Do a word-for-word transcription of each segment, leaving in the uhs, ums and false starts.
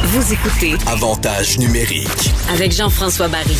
Vous écoutez Avantage numérique avec Jean-François Barry.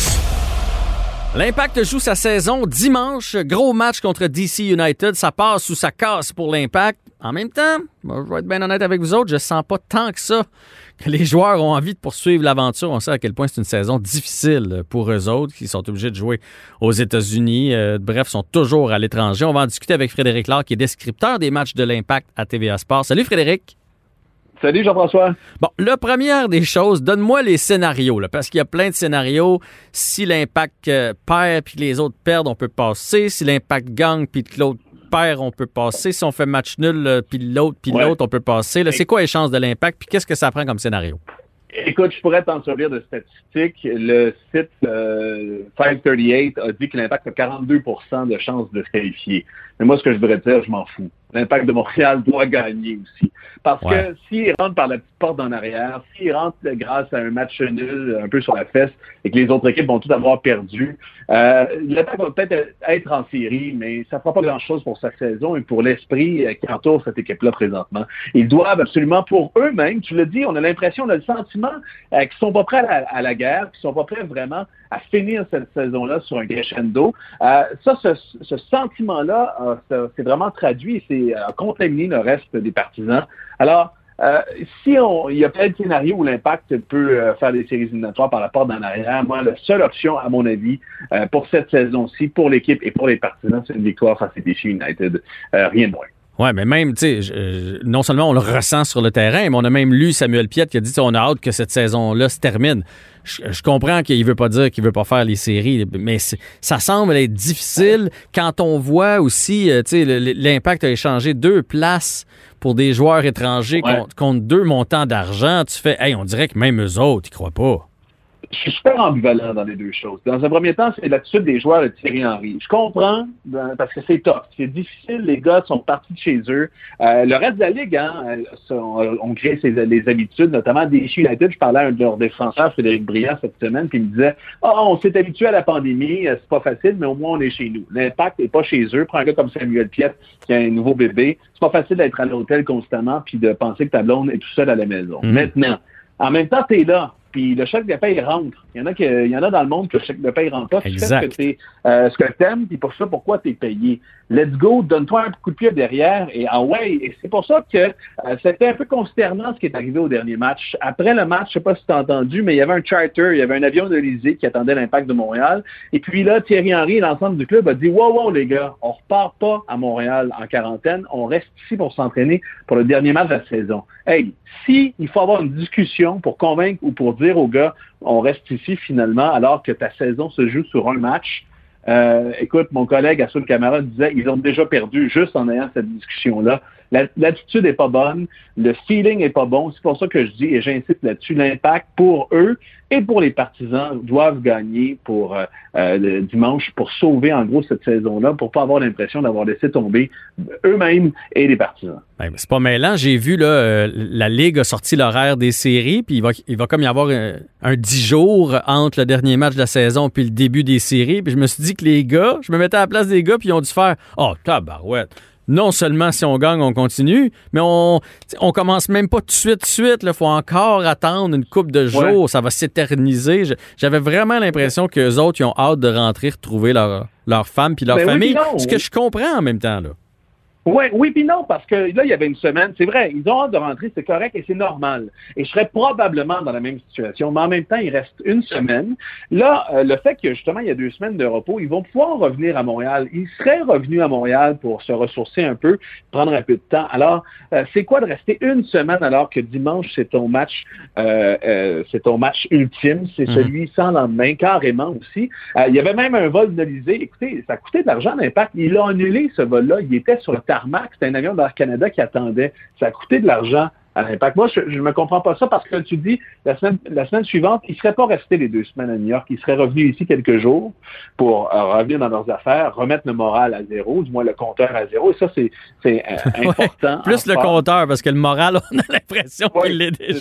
L'Impact joue sa saison dimanche. Gros match contre D C United. Ça passe ou ça casse pour l'Impact. En même temps, moi, je vais être bien honnête avec vous autres, je sens pas tant que ça que les joueurs ont envie de poursuivre l'aventure. On sait à quel point c'est une saison difficile pour eux autres, qui sont obligés de jouer aux États-Unis. Euh, bref, sont toujours à l'étranger. On va en discuter avec Frédéric Lard, qui est descripteur des matchs de l'Impact à T V A Sport. Salut Frédéric! Salut Jean-François. Bon, la première des choses, donne-moi les scénarios, là, parce qu'il y a plein de scénarios. Si l'Impact euh, perd puis que les autres perdent, on peut passer. Si l'Impact gagne puis que l'autre perd, on peut passer. Si on fait match nul euh, puis l'autre puis ouais. l'autre, on peut passer. Là, c'est quoi les chances de l'Impact puis qu'est-ce que ça prend comme scénario? Écoute, je pourrais t'en servir de statistiques. Le site euh, cinq cent trente-huit a dit que l'Impact a quarante-deux pour cent de chances de se qualifier. Mais moi, ce que je voudrais dire, je m'en fous. L'Impact de Montréal doit gagner aussi. Parce ouais. que s'il rentre par la petite porte en arrière, s'il rentre grâce à un match nul un peu sur la fesse et que les autres équipes vont tout avoir perdu, euh, l'Impact va peut-être être en série, mais ça ne fera pas grand-chose pour sa saison et pour l'esprit qui entoure cette équipe-là présentement. Ils doivent absolument, pour eux-mêmes, tu l'as dit, on a l'impression, on a le sentiment euh, qu'ils sont pas prêts à la, à la guerre, qu'ils sont pas prêts vraiment à finir cette saison-là sur un crescendo. Euh, ça, ce, ce sentiment-là, euh, ça, c'est vraiment traduit, c'est euh, contaminé le reste des partisans. Alors, euh, si on, il y a plein de scénarios où l'Impact peut euh, faire des séries éliminatoires par la porte d'en arrière, moi, la seule option, à mon avis, euh, pour cette saison-ci, pour l'équipe et pour les partisans, c'est une victoire face à D C United. Euh, rien de moins. Oui, mais même, tu sais, non seulement on le ressent sur le terrain, mais on a même lu Samuel Piette qui a dit on a hâte que cette saison-là se termine. Je, je comprends qu'il veut pas dire qu'il veut pas faire les séries, mais ça semble être difficile quand on voit aussi, tu sais, l'Impact a échangé deux places pour des joueurs étrangers ouais. contre, contre deux montants d'argent. Tu fais, hey, on dirait que même eux autres, ils croient pas. Je suis super ambivalent dans les deux choses. Dans un premier temps, c'est l'attitude des joueurs de Thierry Henry. Je comprends, ben, parce que c'est tough. C'est difficile, les gars sont partis de chez eux. Euh, le reste de la Ligue, hein, on, on crée ses, les habitudes, notamment des D C United. Je parlais à un de leurs défenseurs, Frédéric Briand, cette semaine, puis il me disait « Ah, oh, on s'est habitué à la pandémie, c'est pas facile, mais au moins on est chez nous. » L'Impact n'est pas chez eux. Prends un gars comme Samuel Piette, qui a un nouveau bébé. C'est pas facile d'être à l'hôtel constamment puis de penser que ta blonde est tout seul à la maison. Mmh. Maintenant, en même temps, t'es là. Puis le chèque de paie rentre. Il y en a qui, il y en a dans le monde que le chèque de paie rentre pas. Tu fais ce que t'es, euh, ce que t'aimes, puis pour ça, pourquoi t'es payé. Let's go, donne-toi un coup de pied derrière, et ah ouais, et c'est pour ça que euh, c'était un peu consternant ce qui est arrivé au dernier match. Après le match, je sais pas si t'as entendu, mais il y avait un charter, il y avait un avion de l'Élysée qui attendait l'Impact de Montréal. Et puis là, Thierry Henry et l'ensemble du club a dit, wow, wow, les gars, on repart pas à Montréal en quarantaine, on reste ici pour s'entraîner pour le dernier match de la saison. Hey, si il faut avoir une discussion pour convaincre ou pour dire aux gars, on reste ici finalement, alors que ta saison se joue sur un match. Euh, écoute, mon collègue Assoul Camara disait ils ont déjà perdu juste en ayant cette discussion-là. La, l'attitude est pas bonne, le feeling est pas bon. C'est pour ça que je dis, et j'insiste là-dessus, l'Impact pour eux et pour les partisans doivent gagner pour euh, le dimanche pour sauver en gros cette saison-là, pour pas avoir l'impression d'avoir laissé tomber eux-mêmes et les partisans. Ben, c'est pas mêlant. J'ai vu là, euh, la Ligue a sorti l'horaire des séries, puis il va, il va comme y avoir un, un dix jours entre le dernier match de la saison puis le début des séries. Puis je me suis dit que les gars, je me mettais à la place des gars, puis ils ont dû faire « Oh, tabarouette! » Non seulement si on gagne, on continue, mais on on commence même pas tout de suite, tout de suite. Il faut encore attendre une couple de jours. Ouais. Ça va s'éterniser. Je, j'avais vraiment l'impression qu'eux autres, ils ont hâte de rentrer, retrouver leur, leur femme puis leur ben famille. Oui, non, ce oui. que je comprends en même temps, là. Oui, oui, puis non, parce que là, il y avait une semaine, c'est vrai, ils ont hâte de rentrer, c'est correct et c'est normal. Et je serais probablement dans la même situation, mais en même temps, il reste une semaine. Là, euh, le fait que justement, il y a deux semaines de repos, ils vont pouvoir revenir à Montréal. Ils seraient revenus à Montréal pour se ressourcer un peu, prendre un peu de temps. Alors, euh, c'est quoi de rester une semaine alors que dimanche, c'est ton match, euh, euh, c'est ton match ultime, c'est mmh. celui sans lendemain, carrément aussi. Euh, il y avait même un vol de l'Élysée. Écoutez, ça coûtait de l'argent, l'Impact. Il a annulé ce vol-là. Il était sur le tarmac. C'était un avion d'Air Canada qui attendait. Ça a coûté de l'argent à l'Impact. Moi, je ne me comprends pas ça parce que tu dis, la semaine, la semaine suivante, ils ne seraient pas restés les deux semaines à New York. Ils seraient revenus ici quelques jours pour euh, revenir dans leurs affaires, remettre le moral à zéro, du moins le compteur à zéro. Et ça, c'est, c'est euh, important. Ouais, plus le compteur, parce que le moral, on a l'impression ouais, qu'il l'est déjà.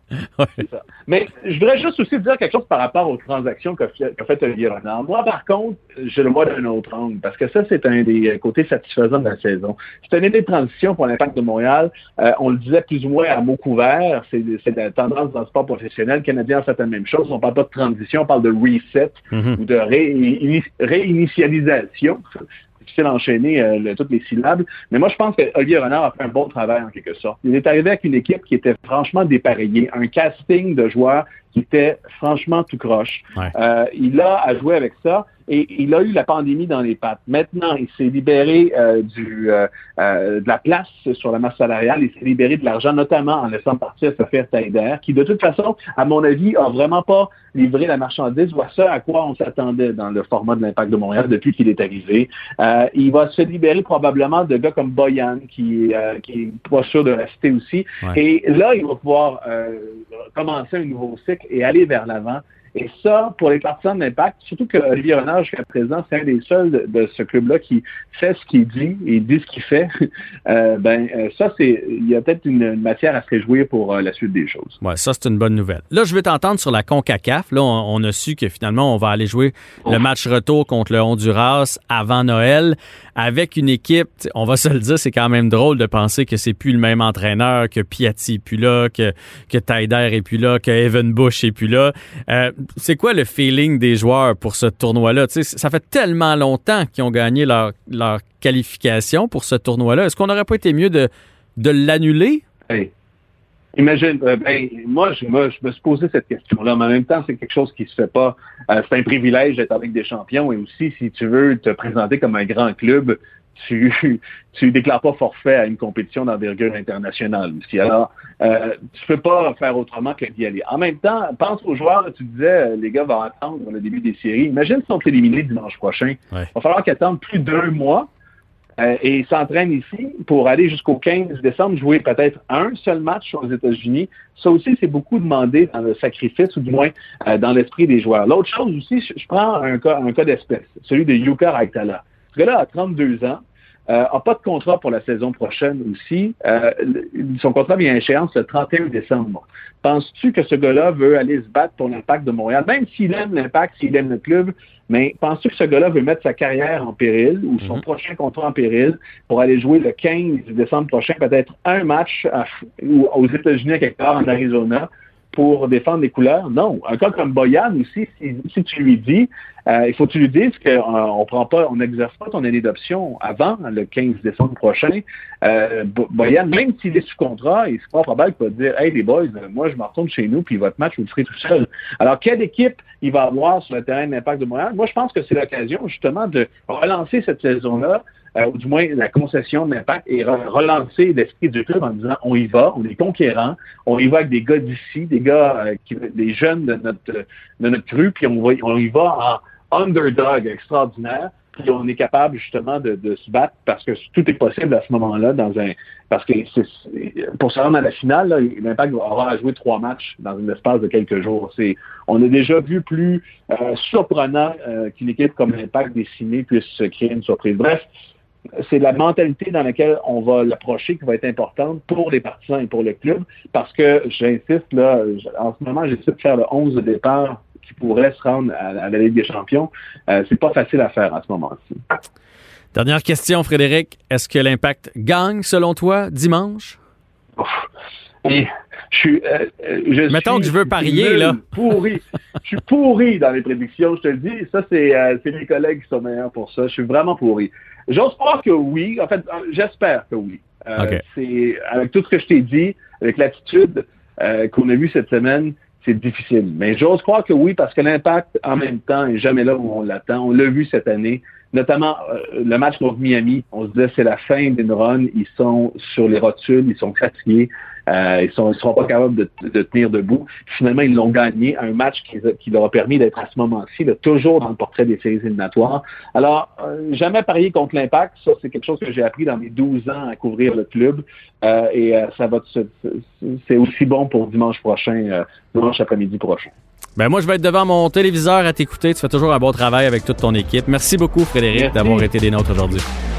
Ouais. C'est ça. Mais je voudrais juste aussi dire quelque chose par rapport aux transactions qu'a fait, qu'a fait Olivier Renard. Moi, par contre, je le vois d'un autre angle, parce que ça, c'est un des côtés satisfaisants de la saison. C'est une année de transition pour l'Impact de Montréal. Euh, on le disait plus ou moins à mots couverts. C'est, c'est la tendance dans le sport professionnel. Le Canadien a fait la même chose. On parle pas de transition, on parle de reset mm-hmm. ou de ré- réinitialisation. C'est d'enchaîner euh, le, toutes les syllabes. Mais moi, je pense que Olivier Renard a fait un bon travail, en quelque sorte. Il est arrivé avec une équipe qui était franchement dépareillée, un casting de joueurs qui était franchement tout croche. Ouais. Euh, il a à jouer avec ça et il a eu la pandémie dans les pattes. Maintenant, il s'est libéré euh, du euh, euh, de la place sur la masse salariale. Il s'est libéré de l'argent, notamment en laissant partir Sophie Taider, qui, de toute façon, à mon avis, a vraiment pas livré la marchandise ou à ce à quoi on s'attendait dans le format de l'Impact de Montréal depuis qu'il est arrivé. Euh, il va se libérer probablement de gars comme Boyan, qui, euh, qui est pas sûr de rester aussi. Ouais. Et là, il va pouvoir euh, commencer un nouveau cycle et aller vers l'avant. Et ça, pour les partisans de l'Impact, surtout que Olivier Renard, jusqu'à présent, c'est un des seuls de, de ce club-là qui fait ce qu'il dit et dit ce qu'il fait, euh, ben euh, ça, c'est il y a peut-être une, une matière à se réjouir pour euh, la suite des choses. Ouais, ça, c'est une bonne nouvelle. Là, je vais t'entendre sur la CONCACAF. Là, on, on a su que finalement, on va aller jouer oh. le match retour contre le Honduras avant Noël avec une équipe, on va se le dire, c'est quand même drôle de penser que c'est plus le même entraîneur, que Piatti est plus là, que, que Taider est plus là, que Evan Bush est plus là. Euh, c'est quoi le feeling des joueurs pour ce tournoi-là? Tu sais, ça fait tellement longtemps qu'ils ont gagné leur, leur qualification pour ce tournoi-là. Est-ce qu'on n'aurait pas été mieux de, de l'annuler? Hey. Imagine, euh, ben, moi, je, moi, je me suis posé cette question-là, mais en même temps, c'est quelque chose qui se fait pas. Euh, c'est un privilège d'être avec des champions et aussi, si tu veux te présenter comme un grand club, tu tu déclares pas forfait à une compétition d'envergure internationale aussi. Alors, euh, tu peux pas faire autrement que d'y aller. En même temps, pense aux joueurs, tu disais, les gars vont attendre le début des séries. Imagine s'ils sont éliminés dimanche prochain. Ouais. Il va falloir qu'ils attendent plus d'un mois euh, et ils s'entraînent ici pour aller jusqu'au quinze décembre, jouer peut-être un seul match aux États-Unis. Ça aussi, c'est beaucoup demandé dans le sacrifice, ou du moins euh, dans l'esprit des joueurs. L'autre chose aussi, je, je prends un cas, un cas d'espèce, celui de Yuka Raitala. Ce gars-là a trente-deux ans. Euh, n'a pas de contrat pour la saison prochaine aussi. Euh, son contrat vient à échéance le trente et un décembre. Penses-tu que ce gars-là veut aller se battre pour l'Impact de Montréal, même s'il aime l'Impact, s'il aime le club, mais penses-tu que ce gars-là veut mettre sa carrière en péril ou son mm-hmm. prochain contrat en péril pour aller jouer le quinze décembre prochain, peut-être un match à, ou aux États-Unis, à quelque part en Arizona, pour défendre les couleurs? Non. Un cas comme Boyan aussi, si, si tu lui dis, euh, il faut que tu lui dises qu'on euh, prend pas, on n'exerce pas ton année d'option avant le quinze décembre prochain. Euh, Boyan, même s'il est sous contrat, il est pas probable qu'il va dire, hey les boys, moi je me retourne chez nous puis votre match vous le ferez tout seul. Alors quelle équipe il va avoir sur le terrain de l'Impact de Montréal? Moi je pense que c'est l'occasion justement de relancer cette saison-là. Euh, ou du moins la concession de l'Impact et re- relancer l'esprit du club en disant on y va, on est conquérant, on y va avec des gars d'ici, des gars, euh, qui, des jeunes de notre de notre cru, puis on, va, on y va en underdog extraordinaire, puis on est capable justement de, de se battre parce que tout est possible à ce moment-là dans un parce que c'est, pour se rendre à la finale, là, l'Impact va avoir à jouer trois matchs dans un espace de quelques jours. C'est, on a déjà vu plus euh, surprenant euh, qu'une équipe comme l'Impact décimée puisse se créer une surprise. Bref, c'est la mentalité dans laquelle on va l'approcher qui va être importante pour les partisans et pour le club, parce que j'insiste, là, en ce moment, j'essaie de faire le onze de départ qui pourrait se rendre à, à la Ligue des champions. Euh, c'est pas facile à faire à ce moment-ci. Dernière question, Frédéric. Est-ce que l'Impact gagne, selon toi, dimanche? Ouf. Et je suis, euh, je Mettons suis, que je veux parier, nul, là. Pourri. Je suis pourri dans les prédictions, je te le dis. Ça, c'est, euh, c'est mes collègues qui sont meilleurs pour ça. Je suis vraiment pourri. J'ose croire que oui. En fait, j'espère que oui. Euh, okay. C'est, avec tout ce que je t'ai dit, avec l'attitude euh, qu'on a vue cette semaine, c'est difficile. Mais j'ose croire que oui, parce que l'Impact, en même temps, n'est jamais là où on l'attend. On l'a vu cette année. Notamment, euh, le match contre Miami, on se disait c'est la fin d'une run. Ils sont sur les rotules, ils sont fatigués. Euh, ils sont, ils seront pas capables de, de tenir debout. Finalement, ils l'ont gagné. Un match qui, qui leur a permis d'être à ce moment-ci, là, toujours dans le portrait des séries éliminatoires. Alors, euh, jamais parier contre l'Impact. Ça, c'est quelque chose que j'ai appris dans mes douze ans à couvrir le club. Euh, et euh, ça va, c'est aussi bon pour dimanche prochain, euh, dimanche après-midi prochain. Ben moi, je vais être devant mon téléviseur à t'écouter. Tu fais toujours un bon travail avec toute ton équipe. Merci beaucoup, Frédéric, Merci. d'avoir été des nôtres aujourd'hui.